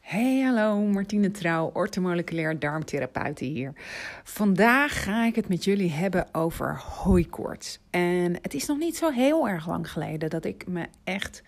Hey, hallo, Martine Trouw, orthomoleculair darmtherapeute hier. Vandaag ga ik het met jullie hebben over hooikoorts. En het is nog niet zo heel erg lang geleden dat ik me echt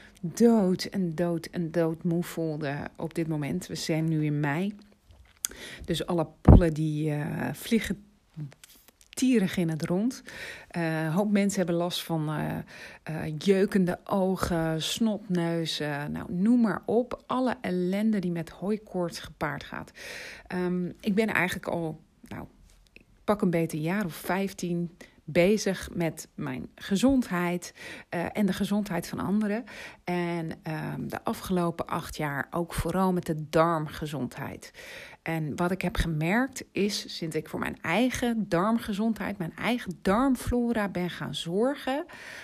dood moe voelde op dit moment. We zijn nu in mei, dus alle pollen die vliegen tierig in het rond. Een hoop mensen hebben last van jeukende ogen, snotneuzen, noem maar op. Alle ellende die met hooikoorts gepaard gaat. Ik ben eigenlijk al, ik pak een beetje een jaar of 15 bezig met mijn gezondheid en de gezondheid van anderen. En de afgelopen 8 jaar ook vooral met de darmgezondheid. En wat ik heb gemerkt is, sinds ik voor mijn eigen darmgezondheid, mijn eigen darmflora ben gaan zorgen,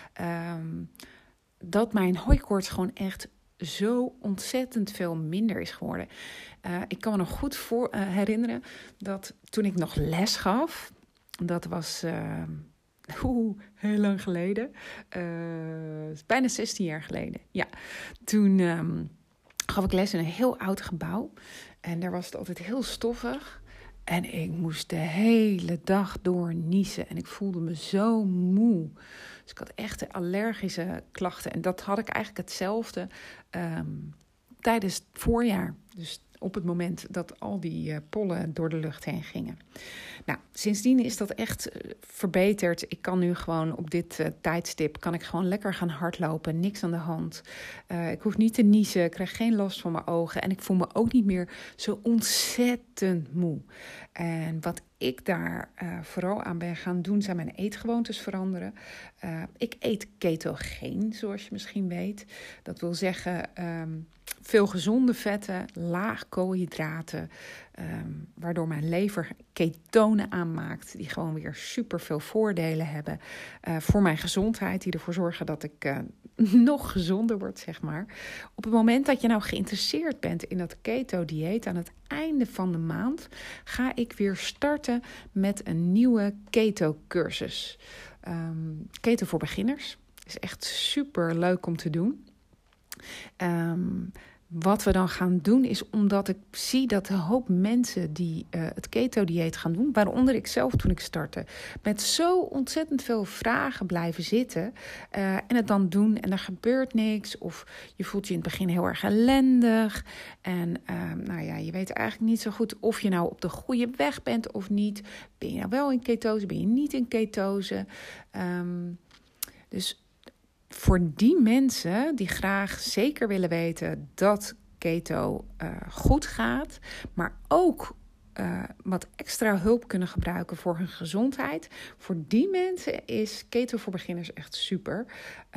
dat mijn hooikoorts gewoon echt zo ontzettend veel minder is geworden. Ik kan me nog goed herinneren dat toen ik nog les gaf, dat was heel lang geleden, bijna 16 jaar geleden. Ja, toen gaf ik les in een heel oud gebouw. En daar was het altijd heel stoffig. En ik moest de hele dag door niezen. En ik voelde me zo moe. Dus ik had echt allergische klachten. En dat had ik eigenlijk hetzelfde tijdens het voorjaar. Dus op het moment dat al die pollen door de lucht heen gingen. Nou, sindsdien is dat echt verbeterd. Ik kan nu gewoon op dit tijdstip kan ik gewoon lekker gaan hardlopen. Niks aan de hand. Ik hoef niet te niezen. Ik krijg geen last van mijn ogen. En ik voel me ook niet meer zo ontzettend moe. En wat ik daar vooral aan ben gaan doen, zijn mijn eetgewoontes veranderen. Ik eet ketogeen, zoals je misschien weet. Dat wil zeggen veel gezonde vetten, laag koolhydraten, waardoor mijn lever ketonen aanmaakt, die gewoon weer super veel voordelen hebben voor mijn gezondheid, die ervoor zorgen dat ik nog gezonder word, zeg maar. Op het moment dat je nou geïnteresseerd bent in dat keto-dieet, aan het einde van de maand ga ik weer starten met een nieuwe keto-cursus. Keto voor beginners. Is echt super leuk om te doen. Wat we dan gaan doen is, omdat ik zie dat een hoop mensen die het keto-dieet gaan doen, waaronder ik zelf toen ik startte, met zo ontzettend veel vragen blijven zitten en het dan doen en er gebeurt niks. Of je voelt je in het begin heel erg ellendig. En je weet eigenlijk niet zo goed of je nou op de goede weg bent of niet. Ben je nou wel in ketose, ben je niet in ketose? Dus voor die mensen die graag zeker willen weten dat keto goed gaat, maar ook wat extra hulp kunnen gebruiken voor hun gezondheid, voor die mensen is keto voor beginners echt super.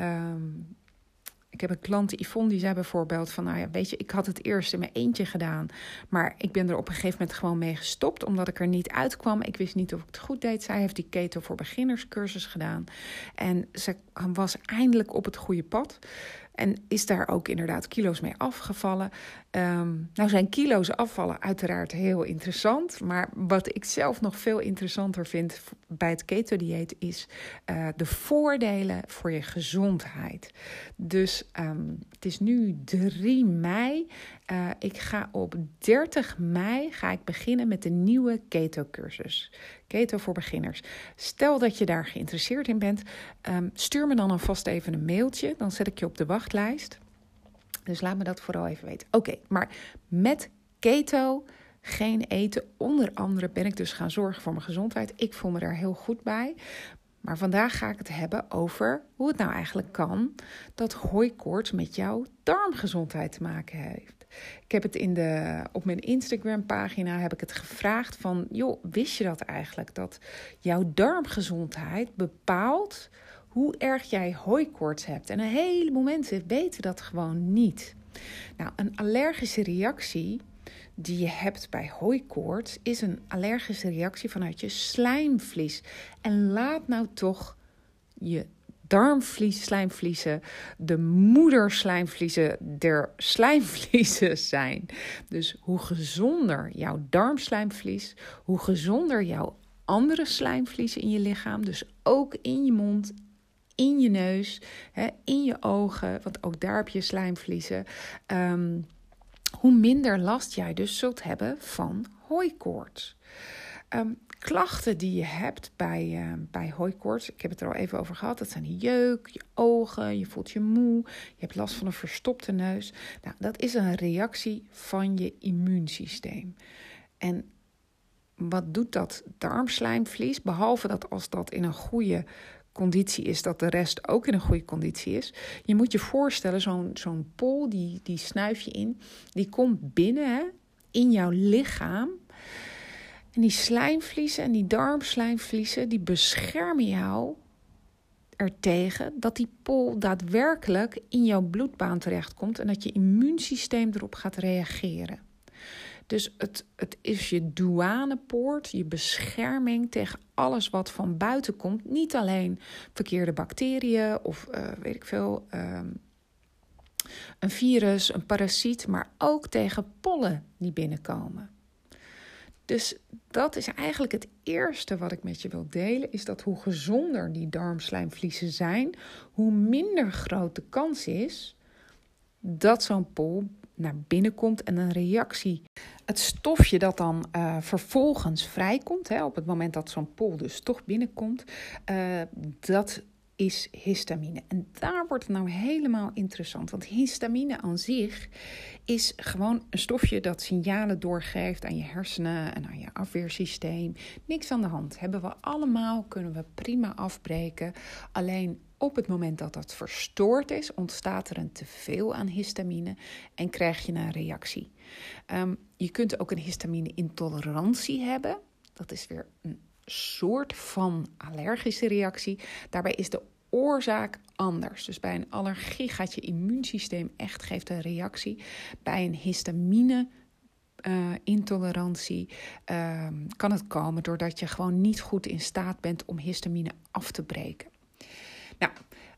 Ik heb een klant, Yvonne, die zei bijvoorbeeld van, weet je, ik had het eerst in mijn eentje gedaan, maar ik ben er op een gegeven moment gewoon mee gestopt, omdat ik er niet uitkwam. Ik wist niet of ik het goed deed. Zij heeft die keto voor beginners cursus gedaan en ze was eindelijk op het goede pad. En is daar ook inderdaad kilo's mee afgevallen. Zijn kilo's afvallen uiteraard heel interessant. Maar wat ik zelf nog veel interessanter vind bij het keto-dieet is de voordelen voor je gezondheid. Dus het is nu 3 mei. Ik ga op 30 mei beginnen met de nieuwe keto-cursus. Keto voor beginners. Stel dat je daar geïnteresseerd in bent, stuur me dan alvast even een mailtje. Dan zet ik je op de wachtlijst. Dus laat me dat vooral even weten. Oké, maar met keto, geen eten. Onder andere ben ik dus gaan zorgen voor mijn gezondheid. Ik voel me daar heel goed bij. Maar vandaag ga ik het hebben over hoe het nou eigenlijk kan dat hooikoorts met jouw darmgezondheid te maken heeft. Ik heb het op mijn Instagram-pagina heb ik het gevraagd van, joh, wist je dat eigenlijk? Dat jouw darmgezondheid bepaalt hoe erg jij hooikoorts hebt. En een heleboel mensen weten dat gewoon niet. Nou, een allergische reactie die je hebt bij hooikoorts is een allergische reactie vanuit je slijmvlies. En laat nou toch je slijmvliezen de moederslijmvliezen der slijmvliezen zijn. Dus hoe gezonder jouw darmslijmvlies, hoe gezonder jouw andere slijmvliezen in je lichaam, dus ook in je mond, in je neus, in je ogen, want ook daar heb je slijmvliezen. hoe minder last jij dus zult hebben van hooikoorts. Klachten die je hebt bij hooikoorts, ik heb het er al even over gehad, dat zijn de jeuk, je ogen, je voelt je moe, je hebt last van een verstopte neus. Nou, dat is een reactie van je immuunsysteem. En wat doet dat darmslijmvlies? Behalve dat als dat in een goede conditie is, dat de rest ook in een goede conditie is. Je moet je voorstellen, zo'n pol, die snuif je in, die komt binnen in jouw lichaam. En die slijmvliezen en die darmslijmvliezen, die beschermen jou ertegen dat die pol daadwerkelijk in jouw bloedbaan terechtkomt en dat je immuunsysteem erop gaat reageren. Dus het is je douanepoort, je bescherming tegen alles wat van buiten komt. Niet alleen verkeerde bacteriën of een virus, een parasiet, maar ook tegen pollen die binnenkomen. Dus dat is eigenlijk het eerste wat ik met je wil delen, is dat hoe gezonder die darmslijmvliezen zijn, hoe minder groot de kans is dat zo'n pol naar binnen komt en een reactie. Het stofje dat dan vervolgens vrijkomt, op het moment dat zo'n pol dus toch binnenkomt, dat is histamine. En daar wordt het nou helemaal interessant. Want histamine aan zich is gewoon een stofje dat signalen doorgeeft aan je hersenen en aan je afweersysteem. Niks aan de hand. Hebben we allemaal, kunnen we prima afbreken. Alleen op het moment dat dat verstoord is, ontstaat er een teveel aan histamine en krijg je een reactie. Je kunt ook een histamine-intolerantie hebben. Dat is weer een soort van allergische reactie. Daarbij is de oorzaak anders. Dus bij een allergie gaat je immuunsysteem echt geeft een reactie. Bij een histamine-intolerantie kan het komen doordat je gewoon niet goed in staat bent om histamine af te breken. Nou,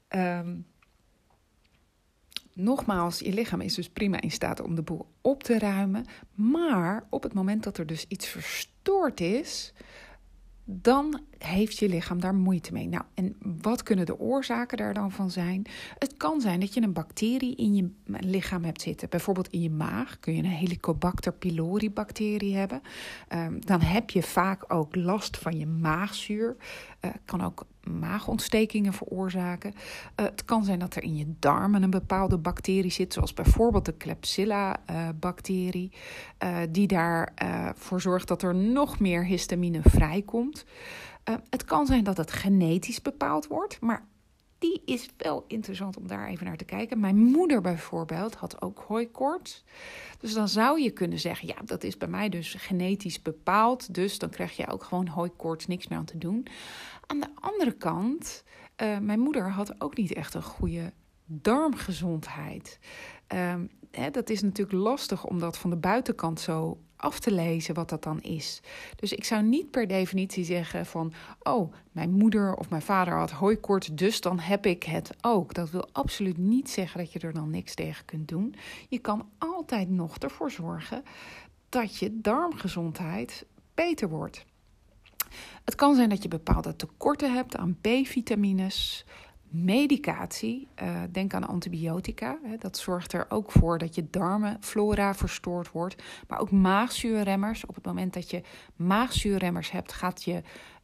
nogmaals, je lichaam is dus prima in staat om de boel op te ruimen. Maar op het moment dat er dus iets verstoord is, dan heeft je lichaam daar moeite mee. Nou, en wat kunnen de oorzaken daar dan van zijn? Het kan zijn dat je een bacterie in je lichaam hebt zitten. Bijvoorbeeld in je maag kun je een Helicobacter pylori bacterie hebben. Dan heb je vaak ook last van je maagzuur. Kan ook maagontstekingen veroorzaken. Het kan zijn dat er in je darmen een bepaalde bacterie zit, zoals bijvoorbeeld de Klebsiella-bacterie, die daarvoor zorgt dat er nog meer histamine vrijkomt. Het kan zijn dat het genetisch bepaald wordt, maar die is wel interessant om daar even naar te kijken. Mijn moeder bijvoorbeeld had ook hooikoorts. Dus dan zou je kunnen zeggen, ja, dat is bij mij dus genetisch bepaald. Dus dan krijg je ook gewoon hooikoorts, niks meer aan te doen. Aan de andere kant, mijn moeder had ook niet echt een goede darmgezondheid. Dat is natuurlijk lastig om dat van de buitenkant zo af te lezen wat dat dan is. Dus ik zou niet per definitie zeggen van, oh, mijn moeder of mijn vader had hooikoorts, dus dan heb ik het ook. Dat wil absoluut niet zeggen dat je er dan niks tegen kunt doen. Je kan altijd nog ervoor zorgen dat je darmgezondheid beter wordt. Het kan zijn dat je bepaalde tekorten hebt aan B-vitamines, medicatie, denk aan antibiotica. Dat zorgt er ook voor dat je darmenflora verstoord wordt. Maar ook maagzuurremmers. Op het moment dat je maagzuurremmers hebt, gaat je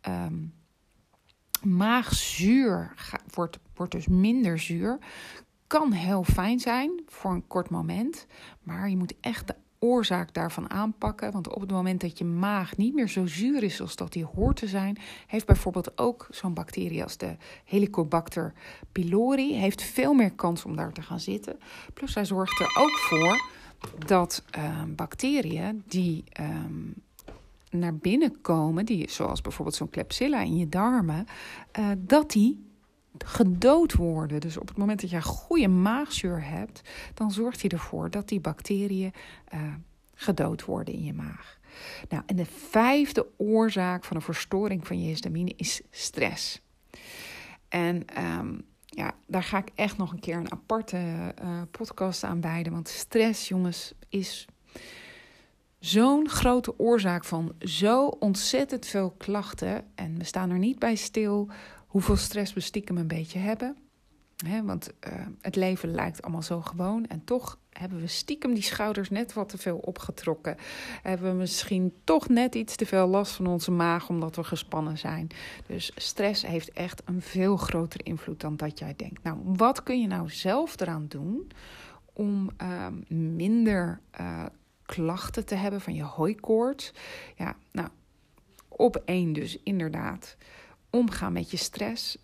maagzuur wordt dus minder zuur. Kan heel fijn zijn voor een kort moment. Maar je moet echt de oorzaak daarvan aanpakken. Want op het moment dat je maag niet meer zo zuur is als dat die hoort te zijn, heeft bijvoorbeeld ook zo'n bacterie als de Helicobacter pylori heeft veel meer kans om daar te gaan zitten. Plus hij zorgt er ook voor dat bacteriën die naar binnen komen, die, zoals bijvoorbeeld zo'n Klebsiella in je darmen, dat die gedood worden. Dus op het moment dat je goede maagzuur hebt, dan zorgt hij ervoor dat die bacteriën gedood worden in je maag. Nou, en de 5e oorzaak van een verstoring van je histamine is stress. En daar ga ik echt nog een keer een aparte podcast aan wijden. Want stress, jongens, is zo'n grote oorzaak van zo ontzettend veel klachten. En we staan er niet bij stil hoeveel stress we stiekem een beetje hebben. Want het leven lijkt allemaal zo gewoon. En toch Hebben we stiekem die schouders net wat te veel opgetrokken? Hebben we misschien toch net iets te veel last van onze maag omdat we gespannen zijn? Dus stress heeft echt een veel grotere invloed dan dat jij denkt. Nou, wat kun je nou zelf eraan doen om minder klachten te hebben van je hooikoorts? Ja, nou, op 1 dus inderdaad. Omgaan met je stress.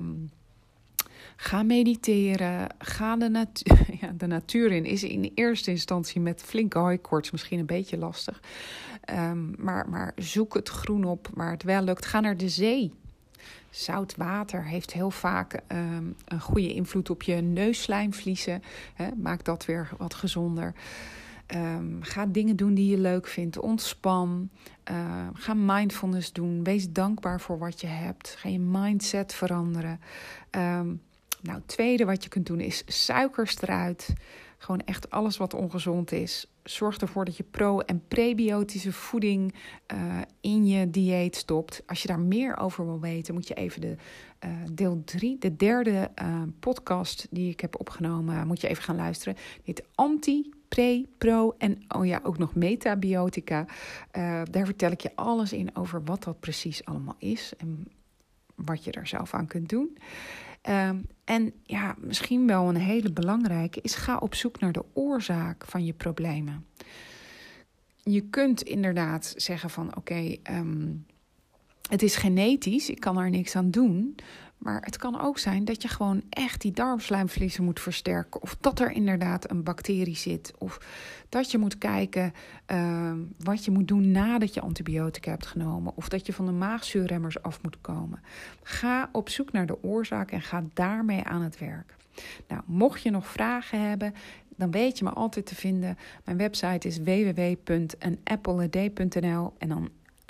Ga mediteren. Ga de natuur in. Is in eerste instantie met flinke hooikoorts misschien een beetje lastig. Maar zoek het groen op waar het wel lukt. Ga naar de zee. Zout water heeft heel vaak een goede invloed op je neusslijmvliezen. Maakt dat weer wat gezonder. Ga dingen doen die je leuk vindt. Ontspan. Ga mindfulness doen. Wees dankbaar voor wat je hebt. Ga je mindset veranderen. Het tweede wat je kunt doen is suikers eruit. Gewoon echt alles wat ongezond is. Zorg ervoor dat je pro- en prebiotische voeding in je dieet stopt. Als je daar meer over wil weten, moet je even deel 3, de derde podcast die ik heb opgenomen, moet je even gaan luisteren. Dit anti, pre, pro en ook nog metabiotica. Daar vertel ik je alles in over wat dat precies allemaal is en wat je er zelf aan kunt doen. En misschien wel een hele belangrijke is: ga op zoek naar de oorzaak van je problemen. Je kunt inderdaad zeggen van oké, het is genetisch, ik kan er niks aan doen. Maar het kan ook zijn dat je gewoon echt die darmslijmvliezen moet versterken. Of dat er inderdaad een bacterie zit. Of dat je moet kijken wat je moet doen nadat je antibiotica hebt genomen. Of dat je van de maagzuurremmers af moet komen. Ga op zoek naar de oorzaak en ga daarmee aan het werk. Nou, mocht je nog vragen hebben, dan weet je me altijd te vinden. Mijn website is www.anappleaday.nl en dan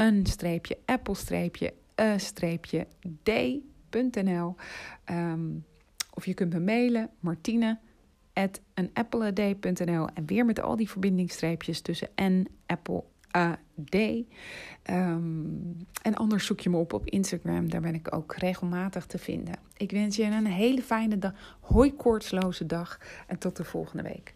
_d.nl. Of je kunt me mailen, martine@anappleaday.nl en weer met al die verbindingsstreepjes tussen en Apple A D. En anders zoek je me op Instagram, daar ben ik ook regelmatig te vinden. Ik wens je een hele fijne dag, hooikoortsloze dag en tot de volgende week.